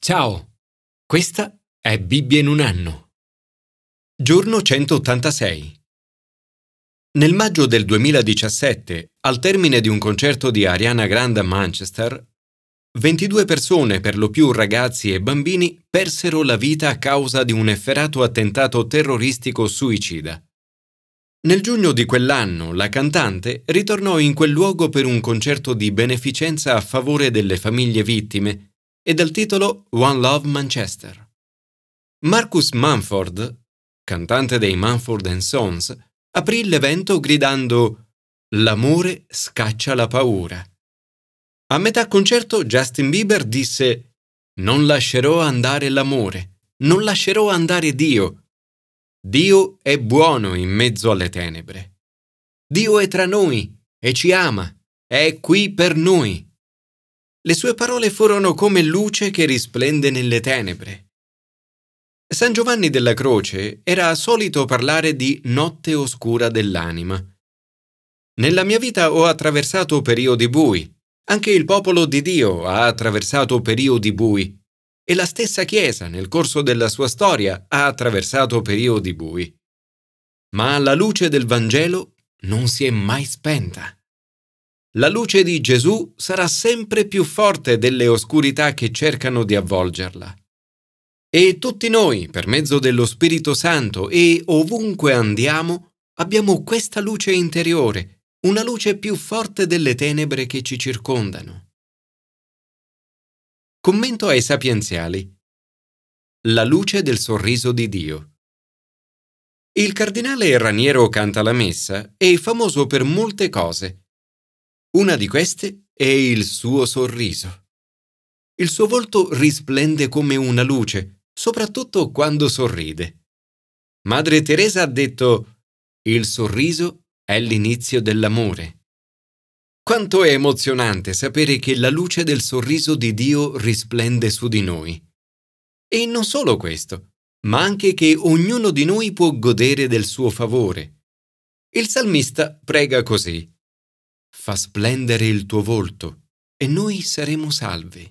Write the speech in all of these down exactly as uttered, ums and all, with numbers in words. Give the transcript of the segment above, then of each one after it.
Ciao, questa è Bibbia in un anno. Giorno centottantasei. Nel maggio del duemiladiciassette, al termine di un concerto di Ariana Grande a Manchester, ventidue persone, per lo più ragazzi e bambini, persero la vita a causa di un efferato attentato terroristico suicida. Nel giugno di quell'anno, la cantante ritornò in quel luogo per un concerto di beneficenza a favore delle famiglie vittime e dal titolo One Love Manchester. Marcus Mumford, cantante dei Mumford and Sons, aprì l'evento gridando «L'amore scaccia la paura». A metà concerto Justin Bieber disse «Non lascerò andare l'amore, non lascerò andare Dio. Dio è buono in mezzo alle tenebre. Dio è tra noi e ci ama, è qui per noi». Le sue parole furono come luce che risplende nelle tenebre. San Giovanni della Croce era solito parlare di notte oscura dell'anima. Nella mia vita ho attraversato periodi bui, anche il popolo di Dio ha attraversato periodi bui e la stessa Chiesa nel corso della sua storia ha attraversato periodi bui. Ma la luce del Vangelo non si è mai spenta. La luce di Gesù sarà sempre più forte delle oscurità che cercano di avvolgerla. E tutti noi, per mezzo dello Spirito Santo e ovunque andiamo, abbiamo questa luce interiore, una luce più forte delle tenebre che ci circondano. Commento ai sapienziali. La luce del sorriso di Dio. Il cardinale Raniero Cantalamessa è famoso per molte cose. Una di queste è il suo sorriso. Il suo volto risplende come una luce, soprattutto quando sorride. Madre Teresa ha detto: «Il sorriso è l'inizio dell'amore». Quanto è emozionante sapere che la luce del sorriso di Dio risplende su di noi. E non solo questo, ma anche che ognuno di noi può godere del suo favore. Il salmista prega così: «Fa splendere il tuo volto, e noi saremo salvi».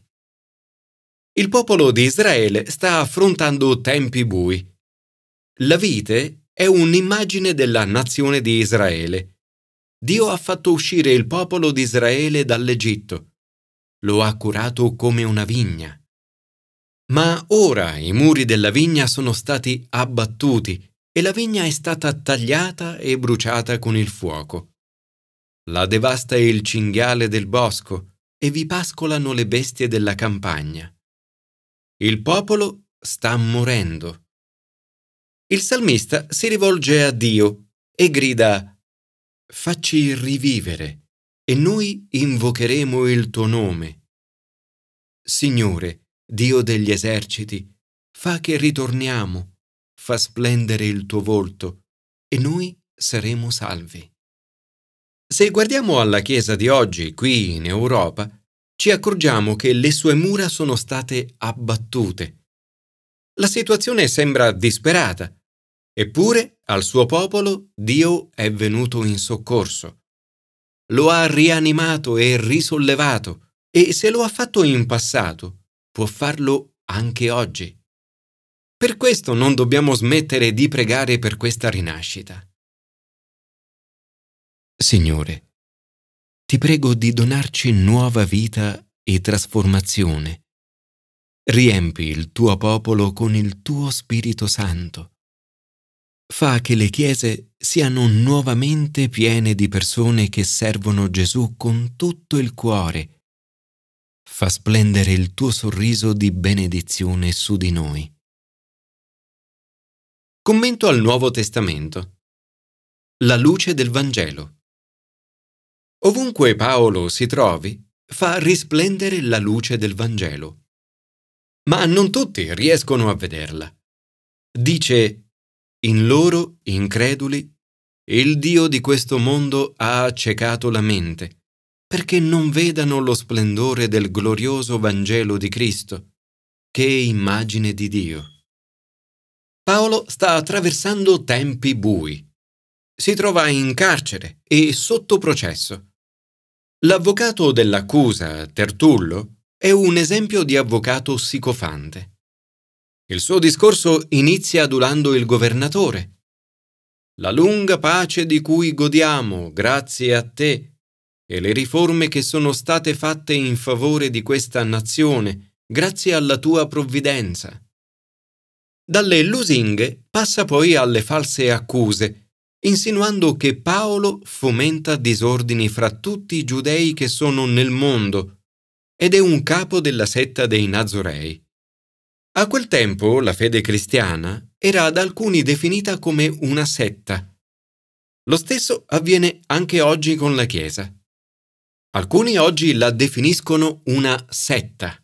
Il popolo di Israele sta affrontando tempi bui. La vite è un'immagine della nazione di Israele. Dio ha fatto uscire il popolo di Israele dall'Egitto. Lo ha curato come una vigna. Ma ora i muri della vigna sono stati abbattuti e la vigna è stata tagliata e bruciata con il fuoco. La devasta il cinghiale del bosco e vi pascolano le bestie della campagna. Il popolo sta morendo. Il salmista si rivolge a Dio e grida: «Facci rivivere, e noi invocheremo il tuo nome». Signore, Dio degli eserciti, fa che ritorniamo, fa splendere il tuo volto, e noi saremo salvi. Se guardiamo alla Chiesa di oggi, qui in Europa, ci accorgiamo che le sue mura sono state abbattute. La situazione sembra disperata, eppure al suo popolo Dio è venuto in soccorso. Lo ha rianimato e risollevato, e se lo ha fatto in passato, può farlo anche oggi. Per questo non dobbiamo smettere di pregare per questa rinascita. Signore, ti prego di donarci nuova vita e trasformazione. Riempi il tuo popolo con il tuo Spirito Santo. Fa che le chiese siano nuovamente piene di persone che servono Gesù con tutto il cuore. Fa splendere il tuo sorriso di benedizione su di noi. Commento al Nuovo Testamento. La luce del Vangelo. Ovunque Paolo si trovi, fa risplendere la luce del Vangelo. Ma non tutti riescono a vederla. Dice: «In loro, increduli, il Dio di questo mondo ha accecato la mente, perché non vedano lo splendore del glorioso Vangelo di Cristo, che è immagine di Dio». Paolo sta attraversando tempi bui. Si trova in carcere e sotto processo. L'avvocato dell'accusa, Tertullo, è un esempio di avvocato sicofante. Il suo discorso inizia adulando il governatore. La lunga pace di cui godiamo grazie a te e le riforme che sono state fatte in favore di questa nazione grazie alla tua provvidenza. Dalle lusinghe passa poi alle false accuse, insinuando che Paolo fomenta disordini fra tutti i giudei che sono nel mondo ed è un capo della setta dei Nazorei. A quel tempo la fede cristiana era da alcuni definita come una setta. Lo stesso avviene anche oggi con la Chiesa. Alcuni oggi la definiscono una setta.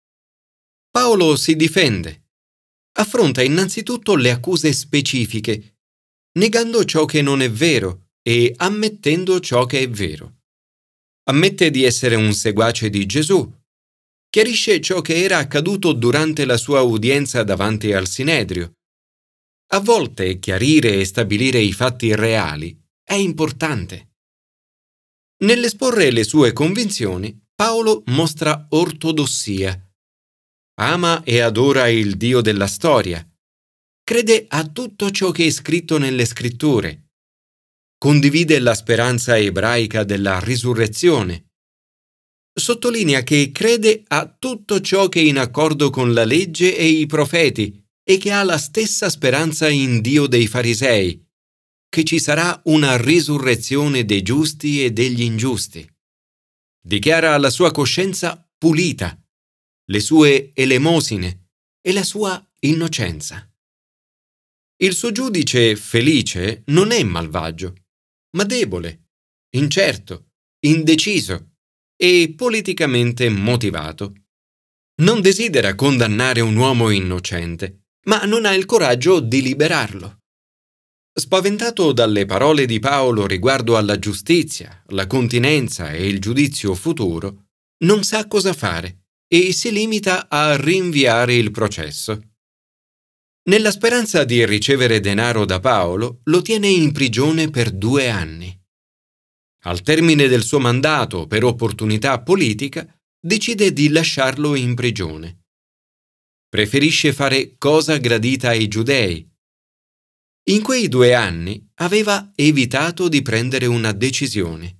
Paolo si difende. Affronta innanzitutto le accuse specifiche, negando ciò che non è vero e ammettendo ciò che è vero. Ammette di essere un seguace di Gesù. Chiarisce ciò che era accaduto durante la sua udienza davanti al Sinedrio. A volte chiarire e stabilire i fatti reali è importante. Nell'esporre le sue convinzioni, Paolo mostra ortodossia. Ama e adora il Dio della storia. Crede a tutto ciò che è scritto nelle Scritture. Condivide la speranza ebraica della risurrezione. Sottolinea che crede a tutto ciò che è in accordo con la legge e i profeti e che ha la stessa speranza in Dio dei farisei, che ci sarà una risurrezione dei giusti e degli ingiusti. Dichiara la sua coscienza pulita, le sue elemosine e la sua innocenza. Il suo giudice felice non è malvagio, ma debole, incerto, indeciso e politicamente motivato. Non desidera condannare un uomo innocente, ma non ha il coraggio di liberarlo. Spaventato dalle parole di Paolo riguardo alla giustizia, la continenza e il giudizio futuro, non sa cosa fare e si limita a rinviare il processo. Nella speranza di ricevere denaro da Paolo, lo tiene in prigione per due anni. Al termine del suo mandato per opportunità politica, decide di lasciarlo in prigione. Preferisce fare cosa gradita ai giudei. In quei due anni aveva evitato di prendere una decisione.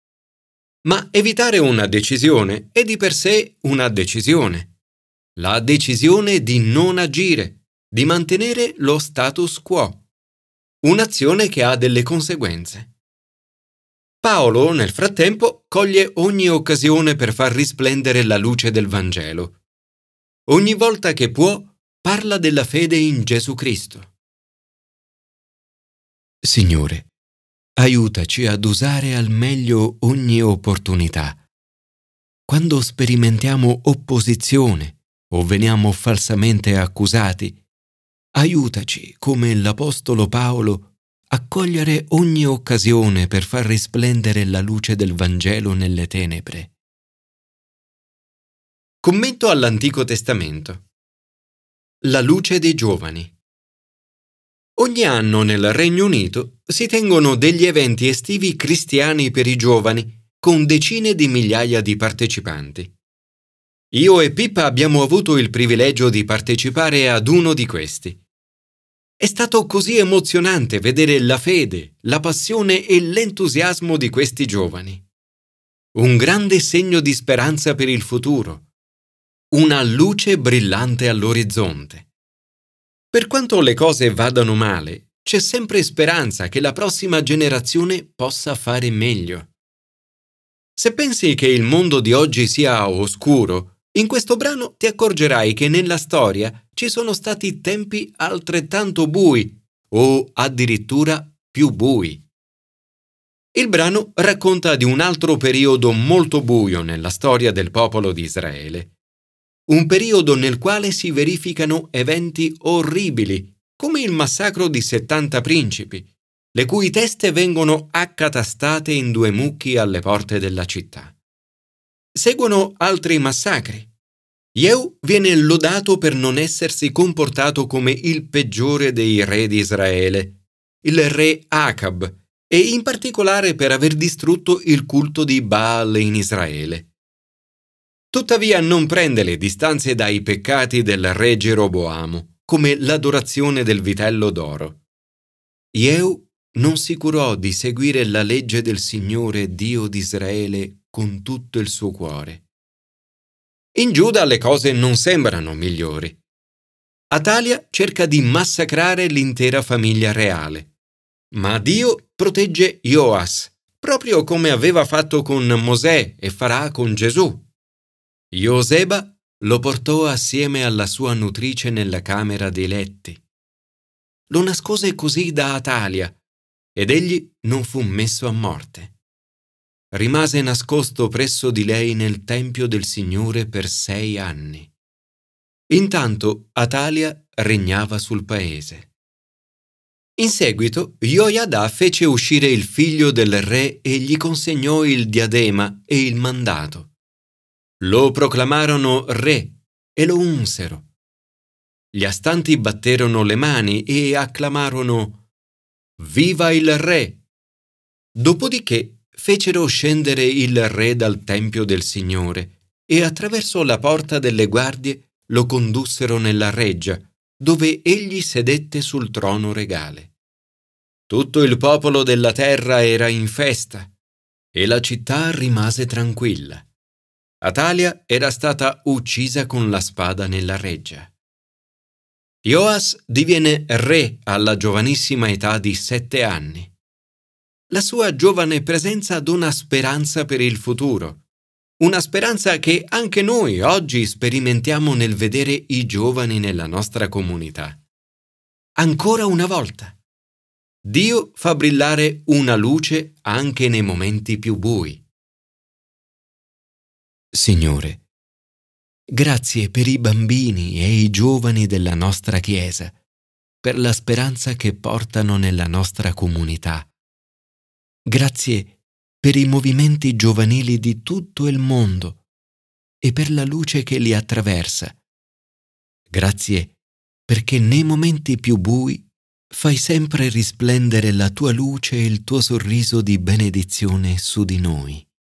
Ma evitare una decisione è di per sé una decisione. La decisione di non agire, di mantenere lo status quo. Un'azione che ha delle conseguenze. Paolo, nel frattempo, coglie ogni occasione per far risplendere la luce del Vangelo. Ogni volta che può, parla della fede in Gesù Cristo. Signore, aiutaci ad usare al meglio ogni opportunità. Quando sperimentiamo opposizione o veniamo falsamente accusati, aiutaci, come l'Apostolo Paolo, a cogliere ogni occasione per far risplendere la luce del Vangelo nelle tenebre. Commento all'Antico Testamento. La luce dei giovani. Ogni anno nel Regno Unito si tengono degli eventi estivi cristiani per i giovani, con decine di migliaia di partecipanti. Io e Pippa abbiamo avuto il privilegio di partecipare ad uno di questi. È stato così emozionante vedere la fede, la passione e l'entusiasmo di questi giovani. Un grande segno di speranza per il futuro. Una luce brillante all'orizzonte. Per quanto le cose vadano male, c'è sempre speranza che la prossima generazione possa fare meglio. Se pensi che il mondo di oggi sia oscuro, in questo brano ti accorgerai che nella storia ci sono stati tempi altrettanto bui o addirittura più bui. Il brano racconta di un altro periodo molto buio nella storia del popolo di Israele. Un periodo nel quale si verificano eventi orribili, come il massacro di settanta principi, le cui teste vengono accatastate in due mucchi alle porte della città. Seguono altri massacri. Jehu viene lodato per non essersi comportato come il peggiore dei re di Israele, il re Acab, e in particolare per aver distrutto il culto di Baal in Israele. Tuttavia non prende le distanze dai peccati del re Geroboamo, come l'adorazione del vitello d'oro. Jehu non si curò di seguire la legge del Signore Dio di Israele con tutto il suo cuore. In Giuda le cose non sembrano migliori. Atalia cerca di massacrare l'intera famiglia reale, ma Dio protegge Joas, proprio come aveva fatto con Mosè e farà con Gesù. Joseba lo portò assieme alla sua nutrice nella camera dei letti. Lo nascose così da Atalia, ed egli non fu messo a morte. Rimase nascosto presso di lei nel tempio del Signore per sei anni. Intanto Atalia regnava sul paese. In seguito Joiada fece uscire il figlio del re e gli consegnò il diadema e il mandato. Lo proclamarono re e lo unsero. Gli astanti batterono le mani e acclamarono «Viva il re!». Dopodiché fecero scendere il re dal tempio del Signore e attraverso la porta delle guardie lo condussero nella reggia, dove egli sedette sul trono regale. Tutto il popolo della terra era in festa e la città rimase tranquilla. Atalia era stata uccisa con la spada nella reggia. Joas diviene re alla giovanissima età di sette anni. La sua giovane presenza dona speranza per il futuro, una speranza che anche noi oggi sperimentiamo nel vedere i giovani nella nostra comunità. Ancora una volta, Dio fa brillare una luce anche nei momenti più bui. Signore, grazie per i bambini e i giovani della nostra Chiesa, per la speranza che portano nella nostra comunità. Grazie per i movimenti giovanili di tutto il mondo e per la luce che li attraversa. Grazie perché nei momenti più bui fai sempre risplendere la tua luce e il tuo sorriso di benedizione su di noi.